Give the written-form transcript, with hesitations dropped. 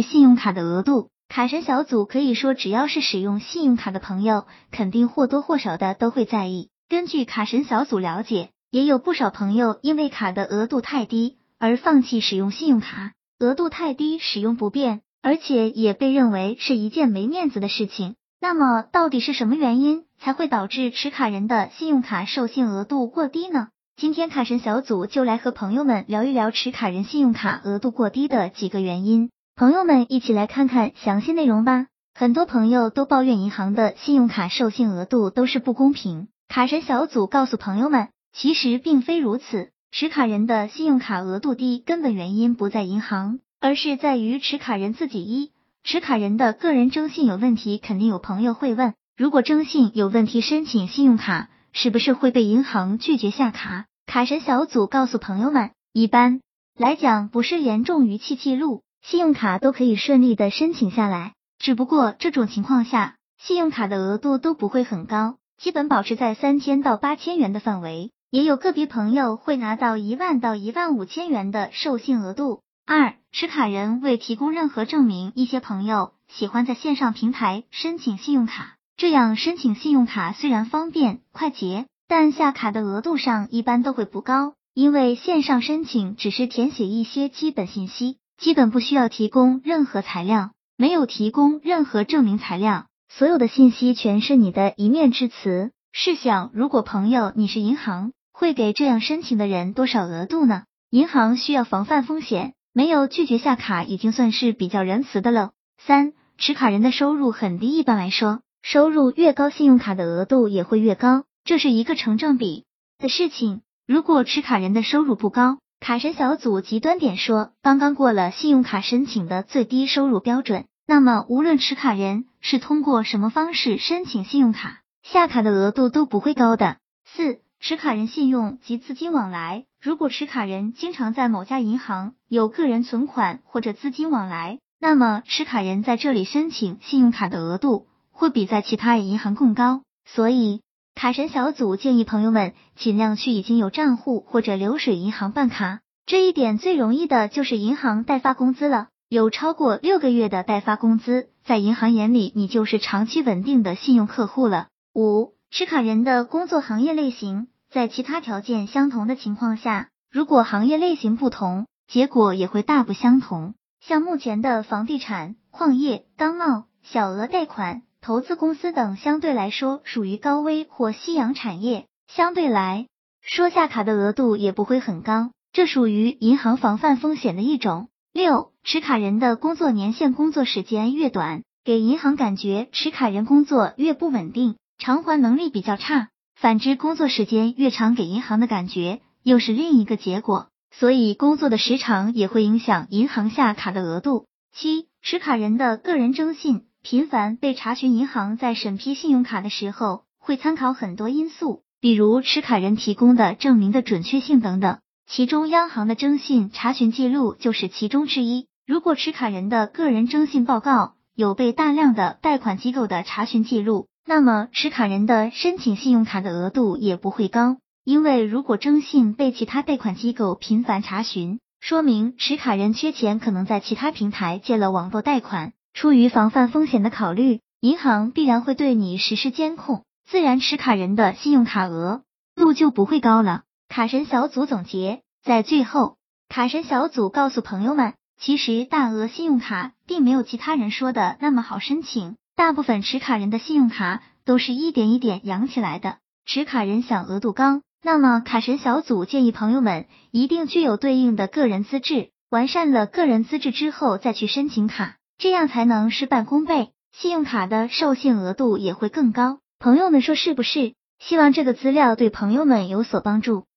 于信用卡的额度，卡神小组可以说只要是使用信用卡的朋友，肯定或多或少的都会在意。根据卡神小组了解，也有不少朋友因为卡的额度太低而放弃使用信用卡，额度太低使用不便，而且也被认为是一件没面子的事情。那么到底是什么原因才会导致持卡人的信用卡授信额度过低呢？今天卡神小组就来和朋友们聊一聊持卡人信用卡额度过低的几个原因，朋友们一起来看看详细内容吧。很多朋友都抱怨银行的信用卡授信额度都是不公平，卡神小组告诉朋友们，其实并非如此，持卡人的信用卡额度低根本原因不在银行，而是在于持卡人自己。持卡人的个人征信有问题，肯定有朋友会问，如果征信有问题申请信用卡，是不是会被银行拒绝下卡？卡神小组告诉朋友们，一般来讲不是严重逾期记录，信用卡都可以顺利的申请下来，只不过这种情况下，信用卡的额度都不会很高，基本保持在3000到8000元的范围，也有个别朋友会拿到1万到15000元的授信额度。二、持卡人未提供任何证明，一些朋友喜欢在线上平台申请信用卡，这样申请信用卡虽然方便快捷，但下卡的额度上一般都会不高，因为线上申请只是填写一些基本信息，基本不需要提供任何材料，没有提供任何证明材料，所有的信息全是你的一面之词。试想，如果朋友你是银行，会给这样申请的人多少额度呢？银行需要防范风险，没有拒绝下卡已经算是比较仁慈的了。三、持卡人的收入很低，一般来说，收入越高，信用卡的额度也会越高，这是一个成正比的事情。如果持卡人的收入不高，卡神小组极端点说，刚刚过了信用卡申请的最低收入标准，那么无论持卡人是通过什么方式申请信用卡，下卡的额度都不会高的。四、持卡人信用及资金往来，如果持卡人经常在某家银行有个人存款或者资金往来，那么持卡人在这里申请信用卡的额度会比在其他银行更高，所以卡神小组建议朋友们尽量去已经有账户或者流水银行办卡，这一点最容易的就是银行代发工资了，有超过6个月的代发工资，在银行眼里你就是长期稳定的信用客户了。五、持卡人的工作行业类型，在其他条件相同的情况下，如果行业类型不同，结果也会大不相同。像目前的房地产、矿业、钢贸、小额贷款、投资公司等相对来说属于高危或夕阳产业，相对来说下卡的额度也不会很高，这属于银行防范风险的一种。六、持卡人的工作年限，工作时间越短，给银行感觉持卡人工作越不稳定，偿还能力比较差，反之工作时间越长，给银行的感觉又是另一个结果，所以工作的时长也会影响银行下卡的额度。七、持卡人的个人征信频繁被查询，银行在审批信用卡的时候会参考很多因素，比如持卡人提供的证明的准确性等等，其中央行的征信查询记录就是其中之一。如果持卡人的个人征信报告有被大量的贷款机构的查询记录，那么持卡人的申请信用卡的额度也不会高，因为如果征信被其他贷款机构频繁查询，说明持卡人缺钱，可能在其他平台借了网络贷款，出于防范风险的考虑，银行必然会对你实施监控，自然持卡人的信用卡额度就不会高了。卡神小组总结，在最后，卡神小组告诉朋友们，其实大额信用卡并没有其他人说的那么好申请，大部分持卡人的信用卡都是一点一点养起来的，持卡人想额度高，那么卡神小组建议朋友们一定具有对应的个人资质，完善了个人资质之后再去申请卡，这样才能事半功倍，信用卡的授信额度也会更高。朋友们说是不是？希望这个资料对朋友们有所帮助。